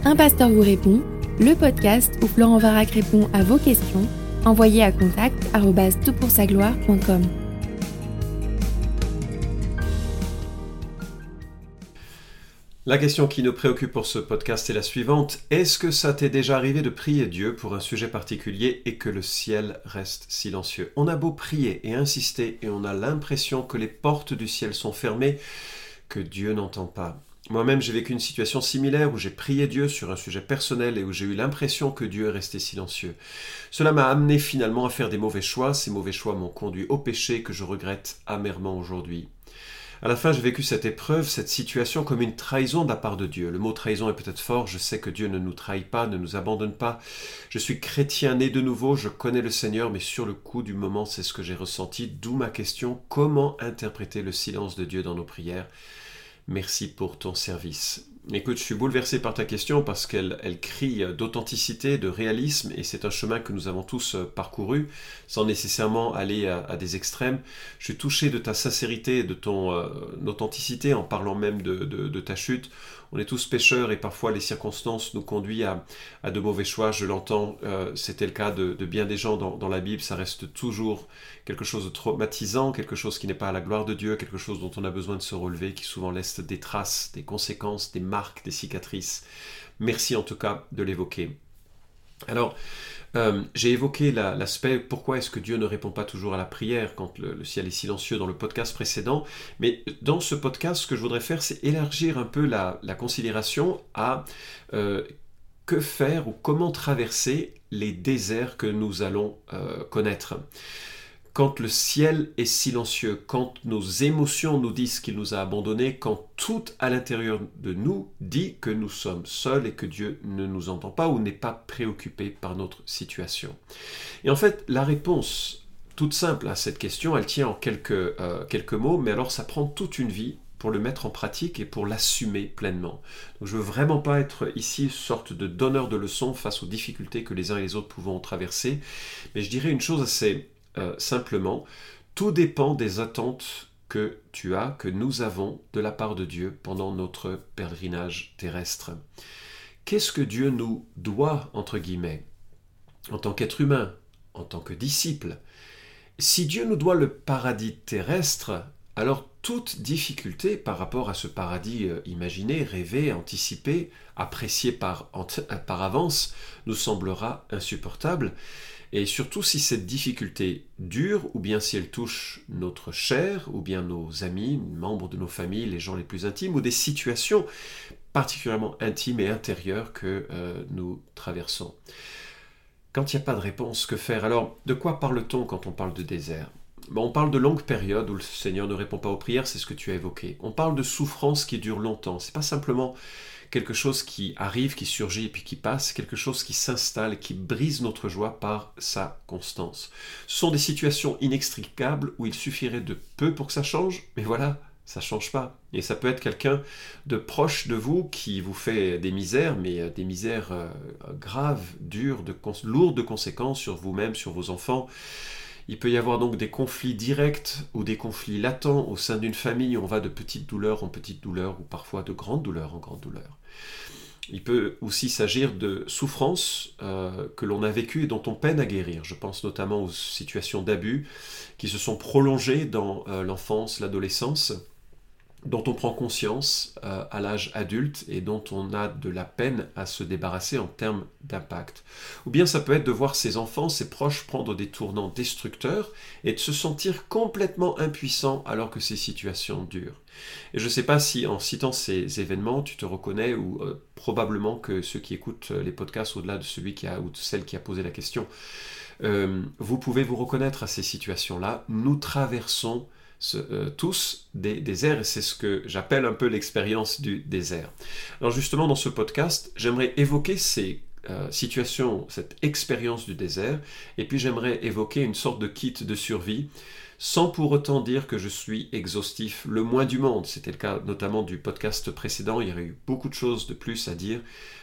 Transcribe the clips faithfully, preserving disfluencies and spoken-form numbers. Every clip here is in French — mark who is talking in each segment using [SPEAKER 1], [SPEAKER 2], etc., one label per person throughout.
[SPEAKER 1] Un pasteur vous répond, le podcast où Florent Varac répond à vos questions, envoyez à contact arobase tout pour sa gloire point com.
[SPEAKER 2] La question qui nous préoccupe pour ce podcast est la suivante. Est-ce que ça t'est déjà arrivé de prier Dieu pour un sujet particulier et que le ciel reste silencieux? On a beau prier et insister et on a l'impression que les portes du ciel sont fermées, que Dieu n'entend pas. Moi-même, j'ai vécu une situation similaire où j'ai prié Dieu sur un sujet personnel et où j'ai eu l'impression que Dieu est resté silencieux. Cela m'a amené finalement à faire des mauvais choix. Ces mauvais choix m'ont conduit au péché que je regrette amèrement aujourd'hui. À la fin, j'ai vécu cette épreuve, cette situation comme une trahison de la part de Dieu. Le mot trahison est peut-être fort, je sais que Dieu ne nous trahit pas, ne nous abandonne pas. Je suis chrétien né de nouveau, je connais le Seigneur, mais sur le coup du moment, c'est ce que j'ai ressenti, d'où ma question, comment interpréter le silence de Dieu dans nos prières? Merci pour ton service. Écoute, je suis bouleversé par ta question parce qu'elle elle crie d'authenticité, de réalisme, et c'est un chemin que nous avons tous parcouru, sans nécessairement aller à, à des extrêmes. Je suis touché de ta sincérité et de ton euh, authenticité en parlant même de, de, de ta chute. On est tous pécheurs et parfois les circonstances nous conduisent à, à de mauvais choix, je l'entends. Euh, c'était le cas de, de bien des gens dans, dans la Bible, ça reste toujours quelque chose de traumatisant, quelque chose qui n'est pas à la gloire de Dieu, quelque chose dont on a besoin de se relever, qui souvent laisse des traces, des conséquences, des marques, des cicatrices. Merci en tout cas de l'évoquer. Alors, euh, j'ai évoqué la, l'aspect pourquoi est-ce que Dieu ne répond pas toujours à la prière quand le, le ciel est silencieux dans le podcast précédent, mais dans ce podcast, ce que je voudrais faire, c'est élargir un peu la, la considération à euh, que faire ou comment traverser les déserts que nous allons euh, connaître. Quand le ciel est silencieux, quand nos émotions nous disent qu'il nous a abandonnés, quand tout à l'intérieur de nous dit que nous sommes seuls et que Dieu ne nous entend pas ou n'est pas préoccupé par notre situation. Et en fait, la réponse toute simple à cette question, elle tient en quelques, euh, quelques mots, mais alors ça prend toute une vie pour le mettre en pratique et pour l'assumer pleinement. Donc je ne veux vraiment pas être ici une sorte de donneur de leçons face aux difficultés que les uns et les autres pouvons traverser, mais je dirais une chose assez Euh, simplement, tout dépend des attentes que tu as, que nous avons de la part de Dieu pendant notre pèlerinage terrestre. Qu'est-ce que Dieu nous doit, entre guillemets, en tant qu'être humain, en tant que disciple? Si Dieu nous doit le paradis terrestre, alors toute difficulté par rapport à ce paradis euh, imaginé, rêvé, anticipé, apprécié par, par avance, nous semblera insupportable. Et surtout si cette difficulté dure, ou bien si elle touche notre chair, ou bien nos amis, membres de nos familles, les gens les plus intimes, ou des situations particulièrement intimes et intérieures que euh, nous traversons. Quand il n'y a pas de réponse, que faire? Alors, de quoi parle-t-on quand on parle de désert? Bon, on parle de longues périodes où le Seigneur ne répond pas aux prières, c'est ce que tu as évoqué. On parle de souffrances qui durent longtemps. C'est pas simplement quelque chose qui arrive, qui surgit et puis qui passe, quelque chose qui s'installe, qui brise notre joie par sa constance. Ce sont des situations inextricables où il suffirait de peu pour que ça change, mais voilà, ça ne change pas. Et ça peut être quelqu'un de proche de vous qui vous fait des misères, mais des misères euh, graves, dures, de cons- lourdes de conséquences sur vous-même, sur vos enfants. Il peut y avoir donc des conflits directs ou des conflits latents au sein d'une famille où on va de petites douleurs en petites douleurs ou parfois de grandes douleurs en grandes douleurs. Il peut aussi s'agir de souffrances euh, que l'on a vécues et dont on peine à guérir. Je pense notamment aux situations d'abus qui se sont prolongées dans euh, l'enfance, l'adolescence, dont on prend conscience euh, à l'âge adulte et dont on a de la peine à se débarrasser en termes d'impact. Ou bien ça peut être de voir ses enfants, ses proches prendre des tournants destructeurs et de se sentir complètement impuissant alors que ces situations durent. Et je ne sais pas si en citant ces événements, tu te reconnais ou euh, probablement que ceux qui écoutent les podcasts au-delà de celui qui a ou de celle qui a posé la question, euh, vous pouvez vous reconnaître à ces situations-là. Nous traversons Ce, euh, tous des déserts, et c'est ce que j'appelle un peu l'expérience du désert. Alors justement, dans ce podcast, j'aimerais évoquer ces euh, situations, cette expérience du désert, et puis j'aimerais évoquer une sorte de kit de survie, sans pour autant dire que je suis exhaustif, le moins du monde. C'était le cas notamment du podcast précédent, il y aurait eu beaucoup de choses de plus à dire,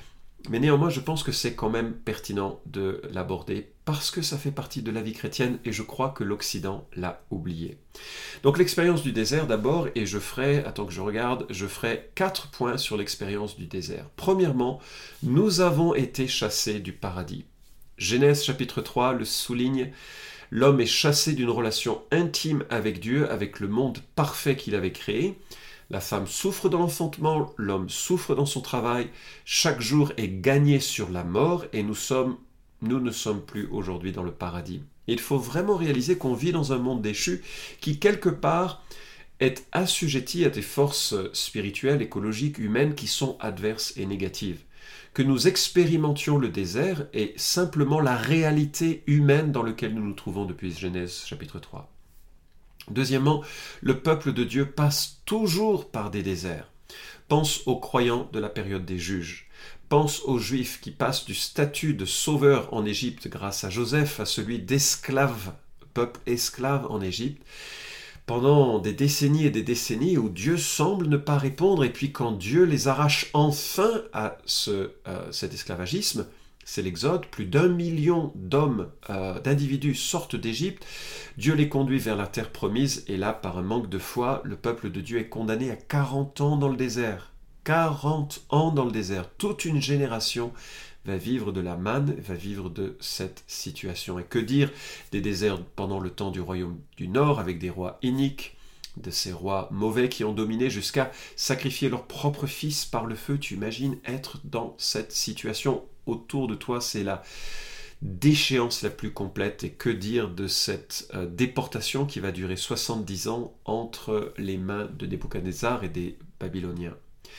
[SPEAKER 2] Mais néanmoins, je pense que c'est quand même pertinent de l'aborder parce que ça fait partie de la vie chrétienne et je crois que l'Occident l'a oublié. Donc l'expérience du désert d'abord, et je ferai, attends que je regarde, je ferai quatre points sur l'expérience du désert. Premièrement, nous avons été chassés du paradis. Genèse chapitre trois le souligne. L'homme est chassé d'une relation intime avec Dieu, avec le monde parfait qu'il avait créé. La femme souffre dans l'enfantement, l'homme souffre dans son travail. Chaque jour est gagné sur la mort et nous, sommes, nous ne sommes plus aujourd'hui dans le paradis. Il faut vraiment réaliser qu'on vit dans un monde déchu qui, quelque part, est assujetti à des forces spirituelles, écologiques, humaines qui sont adverses et négatives. Que nous expérimentions le désert est simplement la réalité humaine dans laquelle nous nous trouvons depuis Genèse chapitre trois. Deuxièmement, le peuple de Dieu passe toujours par des déserts. Pense aux croyants de la période des juges. Pense aux Juifs qui passent du statut de sauveur en Égypte grâce à Joseph à celui d'esclave, peuple esclave en Égypte, pendant des décennies et des décennies où Dieu semble ne pas répondre, et puis quand Dieu les arrache enfin à ce, euh, cet esclavagisme, c'est l'Exode, plus d'un million d'hommes, euh, d'individus sortent d'Égypte, Dieu les conduit vers la terre promise, et là, par un manque de foi, le peuple de Dieu est condamné à quarante ans dans le désert. quarante ans dans le désert. Toute une génération va vivre de la manne, va vivre de cette situation. Et que dire des déserts pendant le temps du royaume du Nord, avec des rois iniques, de ces rois mauvais qui ont dominé jusqu'à sacrifier leur propre fils par le feu. Tu imagines être dans cette situation autour de toi, c'est la déchéance la plus complète. Et que dire de cette euh, déportation qui va durer soixante-dix ans entre les mains de Nebuchadnezzar et des Babyloniens.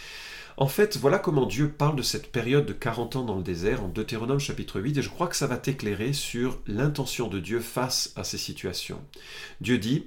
[SPEAKER 2] En fait, voilà comment Dieu parle de cette période de quarante ans dans le désert en Deutéronome chapitre huit, et je crois que ça va t'éclairer sur l'intention de Dieu face à ces situations. Dieu dit: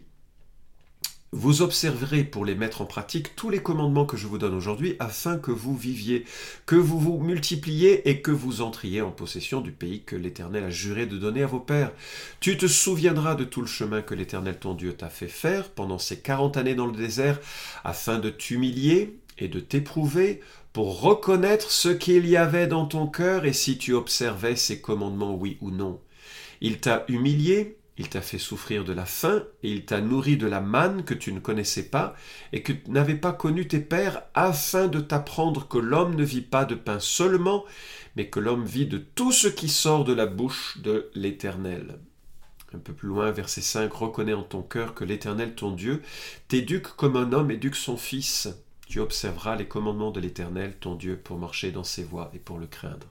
[SPEAKER 2] vous observerez pour les mettre en pratique tous les commandements que je vous donne aujourd'hui afin que vous viviez, que vous vous multipliez et que vous entriez en possession du pays que l'Éternel a juré de donner à vos pères. Tu te souviendras de tout le chemin que l'Éternel ton Dieu t'a fait faire pendant ces quarante années dans le désert afin de t'humilier et de t'éprouver pour reconnaître ce qu'il y avait dans ton cœur et si tu observais ces commandements, oui ou non. Il t'a humilié, il t'a fait souffrir de la faim et il t'a nourri de la manne que tu ne connaissais pas et que n'avaient pas connu tes pères afin de t'apprendre que l'homme ne vit pas de pain seulement, mais que l'homme vit de tout ce qui sort de la bouche de l'Éternel. Un peu plus loin, verset cinq, reconnais en ton cœur que l'Éternel ton Dieu t'éduque comme un homme éduque son fils. Tu observeras les commandements de l'Éternel, ton Dieu, pour marcher dans ses voies et pour le craindre.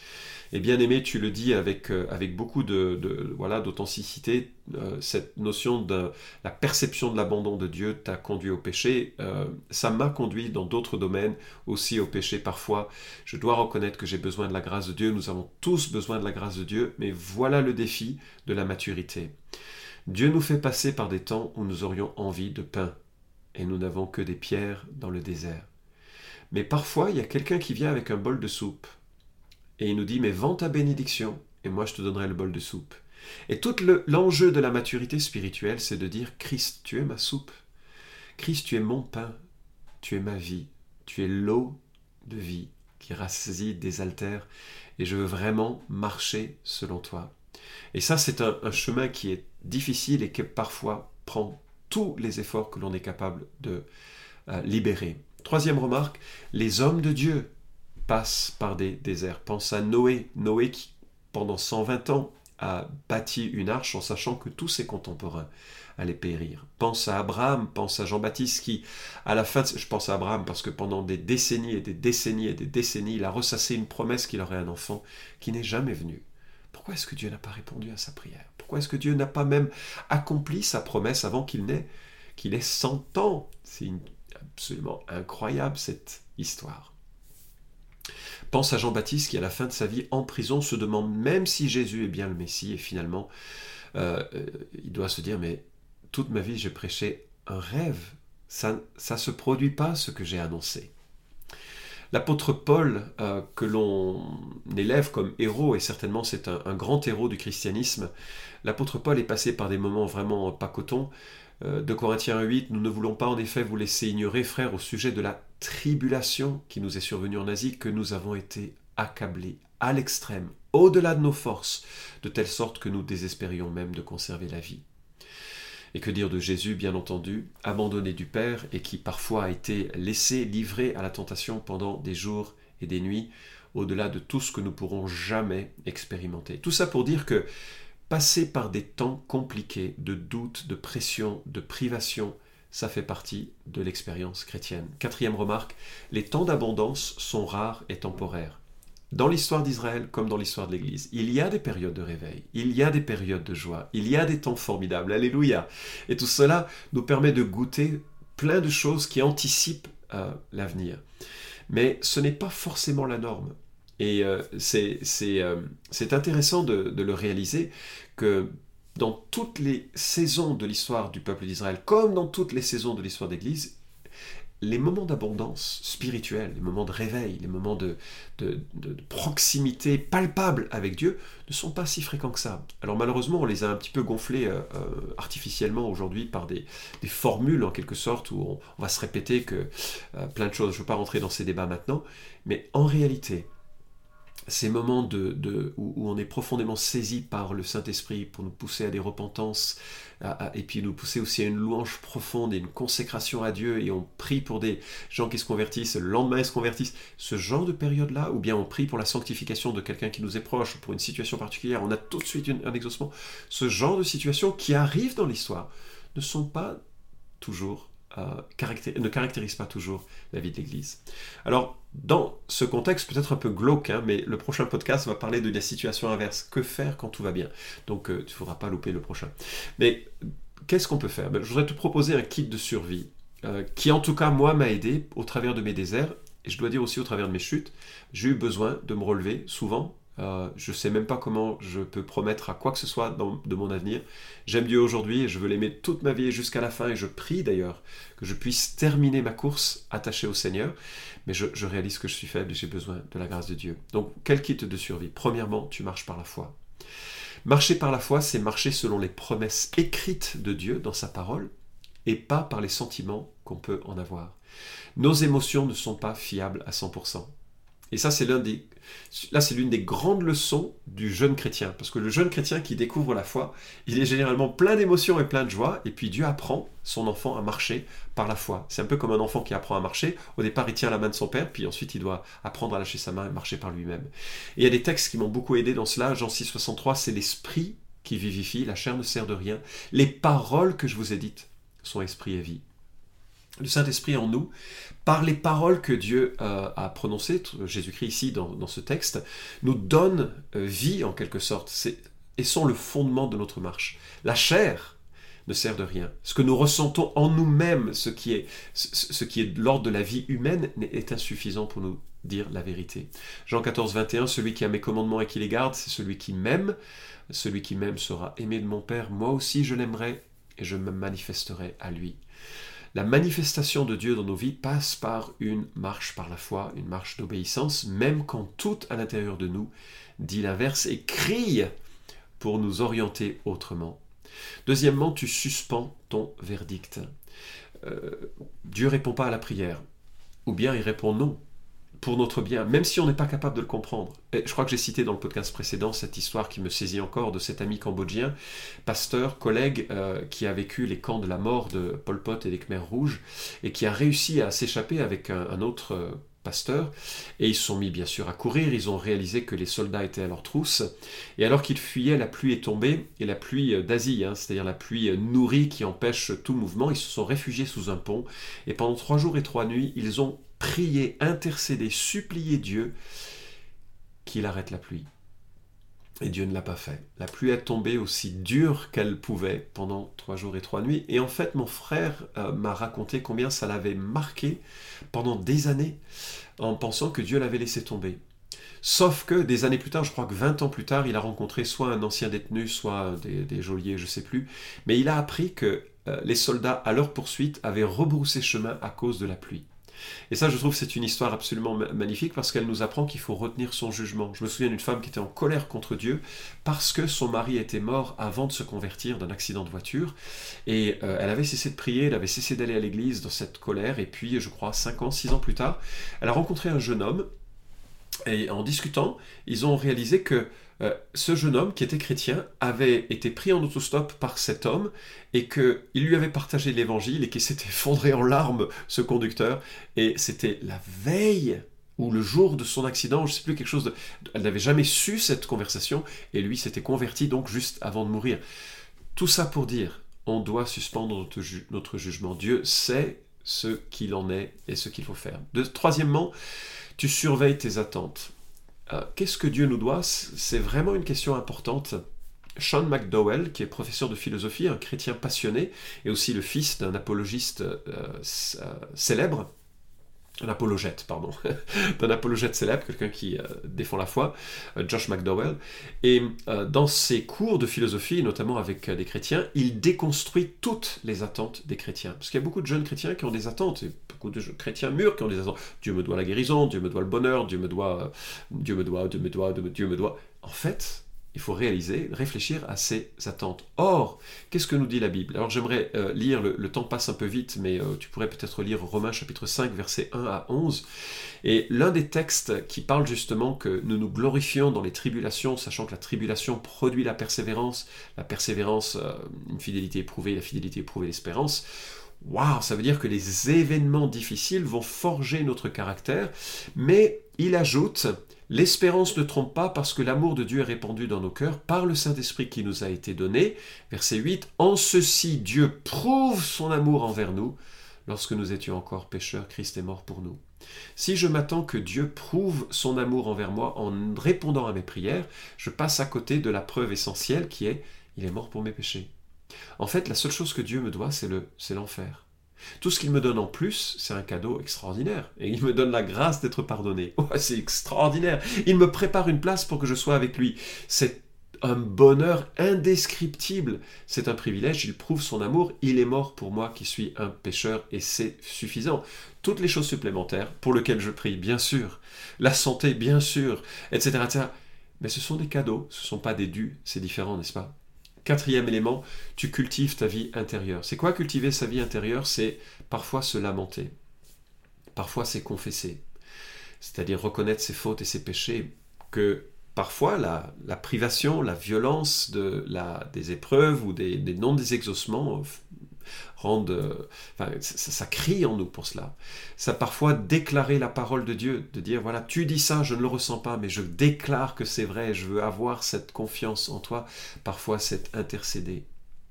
[SPEAKER 2] Et bien aimé, tu le dis avec, euh, avec beaucoup de, de, voilà, d'authenticité, euh, cette notion de la perception de l'abandon de Dieu t'a conduit au péché. Euh, ça m'a conduit dans d'autres domaines aussi au péché parfois. Je dois reconnaître que j'ai besoin de la grâce de Dieu. Nous avons tous besoin de la grâce de Dieu, mais voilà le défi de la maturité. Dieu nous fait passer par des temps où nous aurions envie de pain. Et nous n'avons que des pierres dans le désert. Mais parfois, il y a quelqu'un qui vient avec un bol de soupe, et il nous dit, mais vends ta bénédiction, et moi je te donnerai le bol de soupe. Et tout le, l'enjeu de la maturité spirituelle, c'est de dire, Christ, tu es ma soupe. Christ, tu es mon pain, tu es ma vie, tu es l'eau de vie qui rassasie, désaltère, et je veux vraiment marcher selon toi. Et ça, c'est un, un chemin qui est difficile et qui parfois prend tous les efforts que l'on est capable de euh, libérer. Troisième remarque, les hommes de Dieu passent par des déserts. Pense à Noé. Noé qui, pendant cent vingt ans, a bâti une arche en sachant que tous ses contemporains allaient périr. Pense à Abraham, pense à Jean-Baptiste qui, à la fin, de... je pense à Abraham parce que pendant des décennies et des décennies et des décennies, il a ressassé une promesse qu'il aurait un enfant qui n'est jamais venu. Pourquoi est-ce que Dieu n'a pas répondu à sa prière? Pourquoi est-ce que Dieu n'a pas même accompli sa promesse avant qu'il n'ait, qu'il ait cent ans? C'est une, absolument incroyable cette histoire. Pense à Jean-Baptiste qui, à la fin de sa vie en prison, se demande même si Jésus est bien le Messie et finalement, euh, il doit se dire, mais toute ma vie j'ai prêché un rêve, ça ne se produit pas ce que j'ai annoncé. L'apôtre Paul, euh, que l'on élève comme héros, et certainement c'est un, un grand héros du christianisme, l'apôtre Paul est passé par des moments vraiment pas coton. Euh, de Corinthiens huit, nous ne voulons pas en effet vous laisser ignorer, frères, au sujet de la tribulation qui nous est survenue en Asie, que nous avons été accablés à l'extrême, au-delà de nos forces, de telle sorte que nous désespérions même de conserver la vie. Et que dire de Jésus, bien entendu, abandonné du Père et qui parfois a été laissé, livré à la tentation pendant des jours et des nuits, au-delà de tout ce que nous pourrons jamais expérimenter. Tout ça pour dire que passer par des temps compliqués, de doutes, de pression, de privation, ça fait partie de l'expérience chrétienne. Quatrième remarque, les temps d'abondance sont rares et temporaires. Dans l'histoire d'Israël comme dans l'histoire de l'Église, il y a des périodes de réveil, il y a des périodes de joie, il y a des temps formidables, alléluia. Et tout cela nous permet de goûter plein de choses qui anticipent euh, l'avenir. Mais ce n'est pas forcément la norme. Et euh, c'est, c'est, euh, c'est intéressant de, de le réaliser que dans toutes les saisons de l'histoire du peuple d'Israël, comme dans toutes les saisons de l'histoire de l'Église, les moments d'abondance spirituelle, les moments de réveil, les moments de, de, de, de proximité palpable avec Dieu ne sont pas si fréquents que ça. Alors malheureusement, on les a un petit peu gonflés euh, euh, artificiellement aujourd'hui par des, des formules en quelque sorte où on, on va se répéter que euh, plein de choses. Je ne veux pas rentrer dans ces débats maintenant, mais en réalité, ces moments de, de, où, où on est profondément saisi par le Saint-Esprit pour nous pousser à des repentances à, à, et puis nous pousser aussi à une louange profonde et une consécration à Dieu et on prie pour des gens qui se convertissent, le lendemain ils se convertissent, ce genre de période-là, ou bien on prie pour la sanctification de quelqu'un qui nous est proche, pour une situation particulière, on a tout de suite une, un exaucement, ce genre de situations qui arrivent dans l'histoire ne sont pas toujours Euh, caractér- ne caractérise pas toujours la vie de l'Église. Alors, dans ce contexte peut-être un peu glauque, hein, mais le prochain podcast va parler de la situation inverse. Que faire quand tout va bien? Donc, euh, tu ne faudras pas louper le prochain. Mais qu'est-ce qu'on peut faire? Ben, je voudrais te proposer un kit de survie euh, qui, en tout cas, moi, m'a aidé au travers de mes déserts, et je dois dire aussi au travers de mes chutes. J'ai eu besoin de me relever souvent. Euh, je ne sais même pas comment je peux promettre à quoi que ce soit dans, de mon avenir. J'aime Dieu aujourd'hui et je veux l'aimer toute ma vie et jusqu'à la fin, et je prie d'ailleurs que je puisse terminer ma course attaché au Seigneur, mais je, je réalise que je suis faible et j'ai besoin de la grâce de Dieu. Donc, quel kit de survie? Premièrement, tu marches par la foi. Marcher par la foi, c'est marcher selon les promesses écrites de Dieu dans sa parole et pas par les sentiments qu'on peut en avoir. Nos émotions ne sont pas fiables à cent pour cent. Et ça, c'est l'un des, là, c'est l'une des grandes leçons du jeune chrétien. Parce que le jeune chrétien qui découvre la foi, il est généralement plein d'émotions et plein de joie. Et puis Dieu apprend son enfant à marcher par la foi. C'est un peu comme un enfant qui apprend à marcher. Au départ, il tient la main de son père, puis ensuite, il doit apprendre à lâcher sa main et marcher par lui-même. Et il y a des textes qui m'ont beaucoup aidé dans cela. Jean six, soixante-trois, c'est l'esprit qui vivifie, la chair ne sert de rien. Les paroles que je vous ai dites sont esprit et vie. Le Saint-Esprit en nous, par les paroles que Dieu euh, a prononcées, Jésus-Christ ici dans, dans ce texte, nous donne euh, vie en quelque sorte, c'est, et sont le fondement de notre marche. La chair ne sert de rien. Ce que nous ressentons en nous-mêmes, ce qui est, ce, ce qui est de l'ordre de la vie humaine, est insuffisant pour nous dire la vérité. Jean quatorze, vingt et un, celui qui a mes commandements et qui les garde, c'est celui qui m'aime. Celui qui m'aime sera aimé de mon Père. Moi aussi je l'aimerai et je me manifesterai à lui. La manifestation de Dieu dans nos vies passe par une marche par la foi, une marche d'obéissance, même quand tout à l'intérieur de nous dit l'inverse et crie pour nous orienter autrement. Deuxièmement, tu suspends ton verdict. Euh, Dieu ne répond pas à la prière, ou bien il répond non, pour notre bien, même si on n'est pas capable de le comprendre. Et je crois que j'ai cité dans le podcast précédent cette histoire qui me saisit encore de cet ami cambodgien, pasteur, collègue, euh, qui a vécu les camps de la mort de Pol Pot et des Khmers rouges, et qui a réussi à s'échapper avec un, un autre euh, pasteur, et ils se sont mis bien sûr à courir, ils ont réalisé que les soldats étaient à leur trousse, et alors qu'ils fuyaient, la pluie est tombée, et la pluie d'Asie, hein, c'est-à-dire la pluie nourrie qui empêche tout mouvement, ils se sont réfugiés sous un pont, et pendant trois jours et trois nuits, ils ont prier, intercéder, supplier Dieu qu'il arrête la pluie. Et Dieu ne l'a pas fait. La pluie est tombée aussi dure qu'elle pouvait pendant trois jours et trois nuits. Et en fait, mon frère euh, m'a raconté combien ça l'avait marqué pendant des années en pensant que Dieu l'avait laissé tomber. Sauf que des années plus tard, je crois que vingt ans plus tard, il a rencontré soit un ancien détenu, soit des, des geôliers, je ne sais plus. Mais il a appris que euh, les soldats, à leur poursuite, avaient rebroussé chemin à cause de la pluie. Et ça, je trouve que c'est une histoire absolument magnifique parce qu'elle nous apprend qu'il faut retenir son jugement. Je me souviens d'une femme qui était en colère contre Dieu parce que son mari était mort avant de se convertir d'un accident de voiture. Et euh, elle avait cessé de prier, elle avait cessé d'aller à l'église dans cette colère. Et puis, je crois, cinq ans, six ans plus tard, elle a rencontré un jeune homme Et en discutant, ils ont réalisé que euh, ce jeune homme qui était chrétien avait été pris en autostop par cet homme et qu'il lui avait partagé l'évangile et qu'il s'était effondré en larmes, ce conducteur. Et c'était la veille ou le jour de son accident, je ne sais plus, quelque chose de... Elle n'avait jamais su cette conversation et lui s'était converti donc juste avant de mourir. Tout ça pour dire, on doit suspendre notre, ju- notre jugement. Dieu sait ce qu'il en est et ce qu'il faut faire. De, troisièmement, tu surveilles tes attentes. Euh, qu'est-ce que Dieu nous doit ? C'est vraiment une question importante. Sean McDowell, qui est professeur de philosophie, un chrétien passionné, et aussi le fils d'un apologiste euh, euh, célèbre, un apologète, pardon, d'un apologète célèbre, quelqu'un qui euh, défend la foi, euh, Josh McDowell. Et euh, dans ses cours de philosophie, notamment avec euh, des chrétiens, il déconstruit toutes les attentes des chrétiens. Parce qu'il y a beaucoup de jeunes chrétiens qui ont des attentes, et beaucoup de chrétiens mûrs qui ont des attentes. Dieu me doit la guérison, Dieu me doit le bonheur, Dieu me doit, euh, Dieu me doit, Dieu me doit, Dieu me doit. En fait, il faut réaliser, réfléchir à ces attentes. Or, qu'est-ce que nous dit la Bible ? Alors j'aimerais euh, lire, le, le temps passe un peu vite, mais euh, tu pourrais peut-être lire Romains chapitre cinq, versets un à onze. Et l'un des textes qui parle justement que nous nous glorifions dans les tribulations, sachant que la tribulation produit la persévérance, la persévérance, euh, une fidélité éprouvée, la fidélité éprouvée, l'espérance. Waouh, ça veut dire que les événements difficiles vont forger notre caractère, mais il ajoute... L'espérance ne trompe pas parce que l'amour de Dieu est répandu dans nos cœurs par le Saint-Esprit qui nous a été donné. Verset huit. En ceci, Dieu prouve son amour envers nous. Lorsque nous étions encore pécheurs, Christ est mort pour nous. Si je m'attends que Dieu prouve son amour envers moi en répondant à mes prières, je passe à côté de la preuve essentielle qui est « il est mort pour mes péchés ». En fait, la seule chose que Dieu me doit, c'est le, c'est l'enfer. Tout ce qu'il me donne en plus, c'est un cadeau extraordinaire. Et il me donne la grâce d'être pardonné. Oh, c'est extraordinaire. Il me prépare une place pour que je sois avec lui. C'est un bonheur indescriptible. C'est un privilège. Il prouve son amour. Il est mort pour moi qui suis un pécheur et c'est suffisant. Toutes les choses supplémentaires pour lesquelles je prie, bien sûr. La santé, bien sûr, et cetera, et cetera. Mais ce sont des cadeaux. Ce ne sont pas des dus. C'est différent, n'est-ce pas ? Quatrième élément, tu cultives ta vie intérieure. C'est quoi cultiver sa vie intérieure ? C'est parfois se lamenter. Parfois c'est confesser. C'est-à-dire reconnaître ses fautes et ses péchés. Que parfois la, la privation, la violence de la, des épreuves ou des, des non-désexaucements rendent, euh, enfin, ça, ça crie en nous pour cela. Ça parfois déclarer la parole de Dieu, de dire voilà, tu dis ça, je ne le ressens pas, mais je déclare que c'est vrai, je veux avoir cette confiance en toi. Parfois c'est intercéder.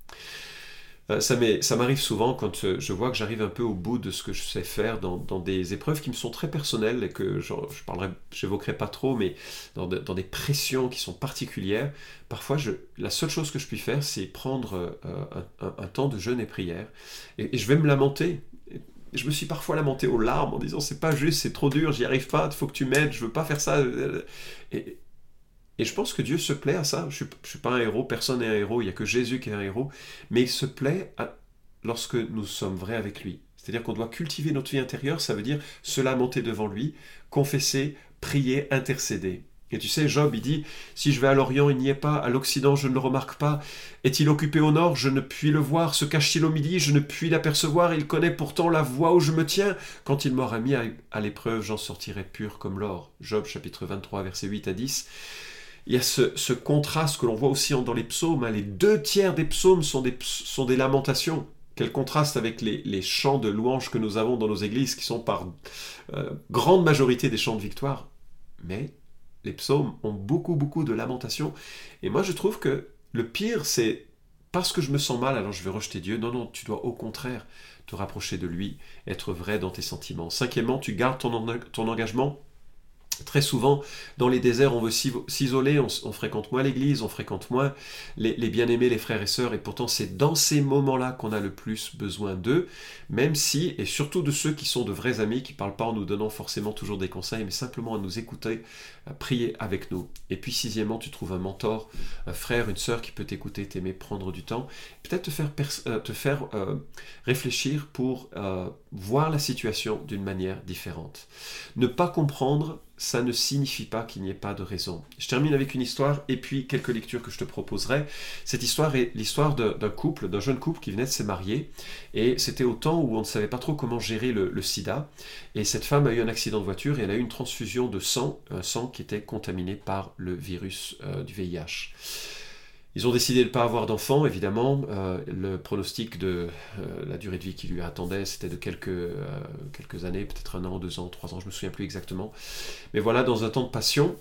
[SPEAKER 2] Euh, ça, ça m'arrive souvent quand euh, je vois que j'arrive un peu au bout de ce que je sais faire dans, dans des épreuves qui me sont très personnelles et que genre, je parlerai, j'évoquerai pas trop, mais dans, de, dans des pressions qui sont particulières, parfois je, la seule chose que je puis faire, c'est prendre euh, un, un, un temps de jeûne et prière et, et je vais me lamenter. Et je me suis parfois lamenté aux larmes en disant c'est pas juste, c'est trop dur, j'y arrive pas, il faut que tu m'aides, je veux pas faire ça. Et, Et je pense que Dieu se plaît à ça. Je ne suis, suis pas un héros, personne n'est un héros, il n'y a que Jésus qui est un héros. Mais il se plaît à, lorsque nous sommes vrais avec lui. C'est-à-dire qu'on doit cultiver notre vie intérieure, ça veut dire se lamenter devant lui, confesser, prier, intercéder. Et tu sais, Job, il dit, si je vais à l'Orient, il n'y est pas, à l'Occident, je ne le remarque pas. Est-il occupé au Nord, je ne puis le voir. Se cache-t-il au Midi, je ne puis l'apercevoir. Il connaît pourtant la voie où je me tiens. Quand il m'aura mis à, à l'épreuve, j'en sortirai pur comme l'or. Job, chapitre vingt-trois, versets huit à dix. Il y a ce, ce contraste que l'on voit aussi dans les psaumes. Hein. Les deux tiers des psaumes sont des, sont des lamentations. Quel contraste avec les, les chants de louanges que nous avons dans nos églises, qui sont par euh, grande majorité des chants de victoire. Mais les psaumes ont beaucoup, beaucoup de lamentations. Et moi, je trouve que le pire, c'est parce que je me sens mal, alors je vais rejeter Dieu. Non, non, tu dois au contraire te rapprocher de lui, être vrai dans tes sentiments. Cinquièmement, tu gardes ton, ton engagement. Très souvent, dans les déserts, on veut s'isoler, on, on fréquente moins l'église, on fréquente moins les, les bien-aimés, les frères et sœurs, et pourtant c'est dans ces moments-là qu'on a le plus besoin d'eux, même si, et surtout de ceux qui sont de vrais amis, qui ne parlent pas en nous donnant forcément toujours des conseils, mais simplement à nous écouter, à prier avec nous. Et puis sixièmement, tu trouves un mentor, un frère, une sœur qui peut t'écouter, t'aimer, prendre du temps, peut-être te faire, pers- euh, te faire euh, réfléchir pour euh, voir la situation d'une manière différente. Ne pas comprendre ça ne signifie pas qu'il n'y ait pas de raison. Je termine avec une histoire et puis quelques lectures que je te proposerai. Cette histoire est l'histoire de, d'un couple, d'un jeune couple qui venait de se marier, et c'était au temps où on ne savait pas trop comment gérer le, le sida, et cette femme a eu un accident de voiture et elle a eu une transfusion de sang, un sang qui était contaminé par le virus euh, du V I H. Ils ont décidé de ne pas avoir d'enfant, évidemment. Euh, le pronostic de euh, la durée de vie qui lui attendait, c'était de quelques, euh, quelques années, peut-être un an, deux ans, trois ans, je ne me souviens plus exactement. Mais voilà, dans un temps de passion,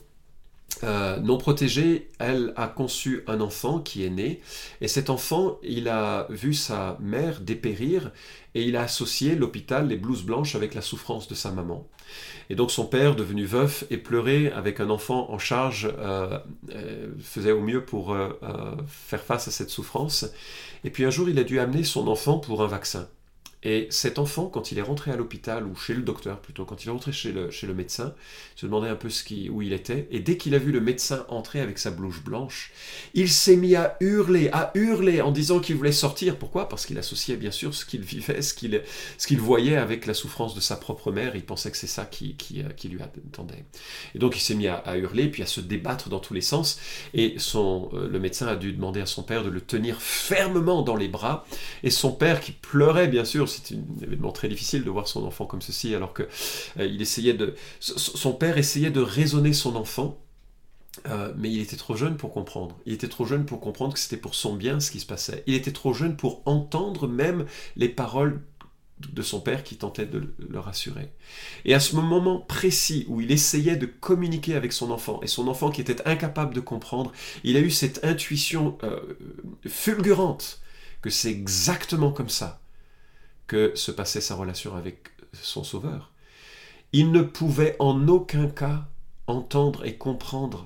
[SPEAKER 2] euh, non protégée, elle a conçu un enfant qui est né. Et cet enfant, il a vu sa mère dépérir et il a associé l'hôpital, les blouses blanches, avec la souffrance de sa maman. Et donc son père, devenu veuf et pleuré avec un enfant en charge, euh, euh, faisait au mieux pour euh, euh, faire face à cette souffrance. Et puis un jour, il a dû amener son enfant pour un vaccin. Et cet enfant, quand il est rentré à l'hôpital, ou chez le docteur plutôt, quand il est rentré chez le, chez le médecin, se demandait un peu ce qui, où il était, et dès qu'il a vu le médecin entrer avec sa blouse blanche, il s'est mis à hurler, à hurler, en disant qu'il voulait sortir. Pourquoi ? Parce qu'il associait bien sûr ce qu'il vivait, ce qu'il, ce qu'il voyait avec la souffrance de sa propre mère, il pensait que c'est ça qui, qui, qui lui attendait. Et donc il s'est mis à, à hurler, puis à se débattre dans tous les sens, et son, euh, le médecin a dû demander à son père de le tenir fermement dans les bras, et son père qui pleurait bien sûr, c'est un événement très difficile de voir son enfant comme ceci, alors que euh, il essayait de, son père essayait de raisonner son enfant, euh, mais il était trop jeune pour comprendre. Il était trop jeune pour comprendre que c'était pour son bien ce qui se passait. Il était trop jeune pour entendre même les paroles de son père qui tentait de le rassurer. Et à ce moment précis où il essayait de communiquer avec son enfant, et son enfant qui était incapable de comprendre, il a eu cette intuition euh, fulgurante que c'est exactement comme ça que se passait sa relation avec son sauveur. Il ne pouvait en aucun cas entendre et comprendre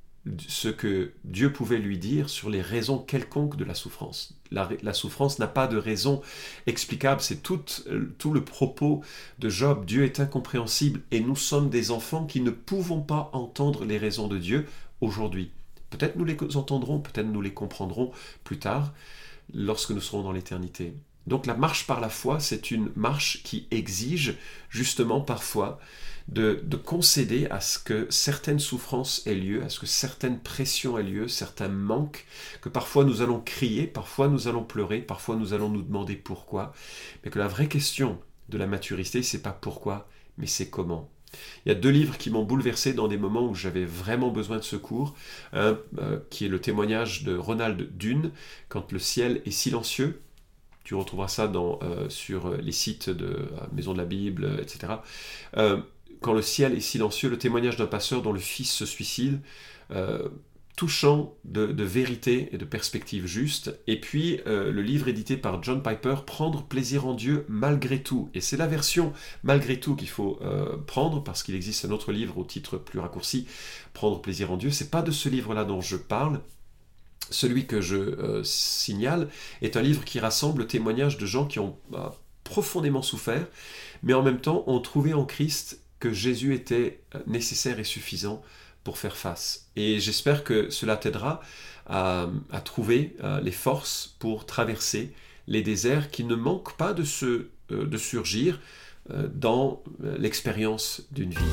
[SPEAKER 2] ce que Dieu pouvait lui dire sur les raisons quelconques de la souffrance. La, la souffrance n'a pas de raison explicable, c'est tout, tout le propos de Job. Dieu est incompréhensible et nous sommes des enfants qui ne pouvons pas entendre les raisons de Dieu aujourd'hui. Peut-être nous les entendrons, peut-être nous les comprendrons plus tard, lorsque nous serons dans l'éternité. Donc la marche par la foi, c'est une marche qui exige justement parfois de, de concéder à ce que certaines souffrances aient lieu, à ce que certaines pressions aient lieu, certains manques, que parfois nous allons crier, parfois nous allons pleurer, parfois nous allons nous demander pourquoi, mais que la vraie question de la maturité, c'est pas pourquoi, mais c'est comment. Il y a deux livres qui m'ont bouleversé dans des moments où j'avais vraiment besoin de secours. Un euh, qui est le témoignage de Ronald Dune, « Quand le ciel est silencieux ». Tu retrouveras ça dans, euh, sur les sites de euh, Maison de la Bible, et cetera. Euh, quand le ciel est silencieux, le témoignage d'un pasteur dont le fils se suicide, euh, touchant de, de vérité et de perspective juste. Et puis euh, le livre édité par John Piper, « Prendre plaisir en Dieu malgré tout ». Et c'est la version malgré tout qu'il faut euh, prendre, parce qu'il existe un autre livre au titre plus raccourci, « Prendre plaisir en Dieu ». C'est pas de ce livre-là dont je parle. Celui que je euh, signale est un livre qui rassemble le témoignage de gens qui ont euh, profondément souffert, mais en même temps ont trouvé en Christ que Jésus était nécessaire et suffisant pour faire face. Et j'espère que cela t'aidera à, à trouver euh, les forces pour traverser les déserts qui ne manquent pas de, se, euh, de surgir euh, dans l'expérience d'une vie.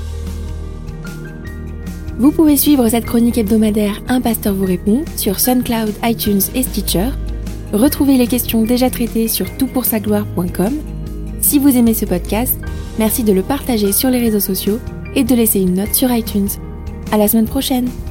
[SPEAKER 1] Vous pouvez suivre cette chronique hebdomadaire Un pasteur vous répond sur SoundCloud, iTunes et Stitcher. Retrouvez les questions déjà traitées sur tout pour sa gloire point com. Si vous aimez ce podcast, merci de le partager sur les réseaux sociaux et de laisser une note sur iTunes. À la semaine prochaine!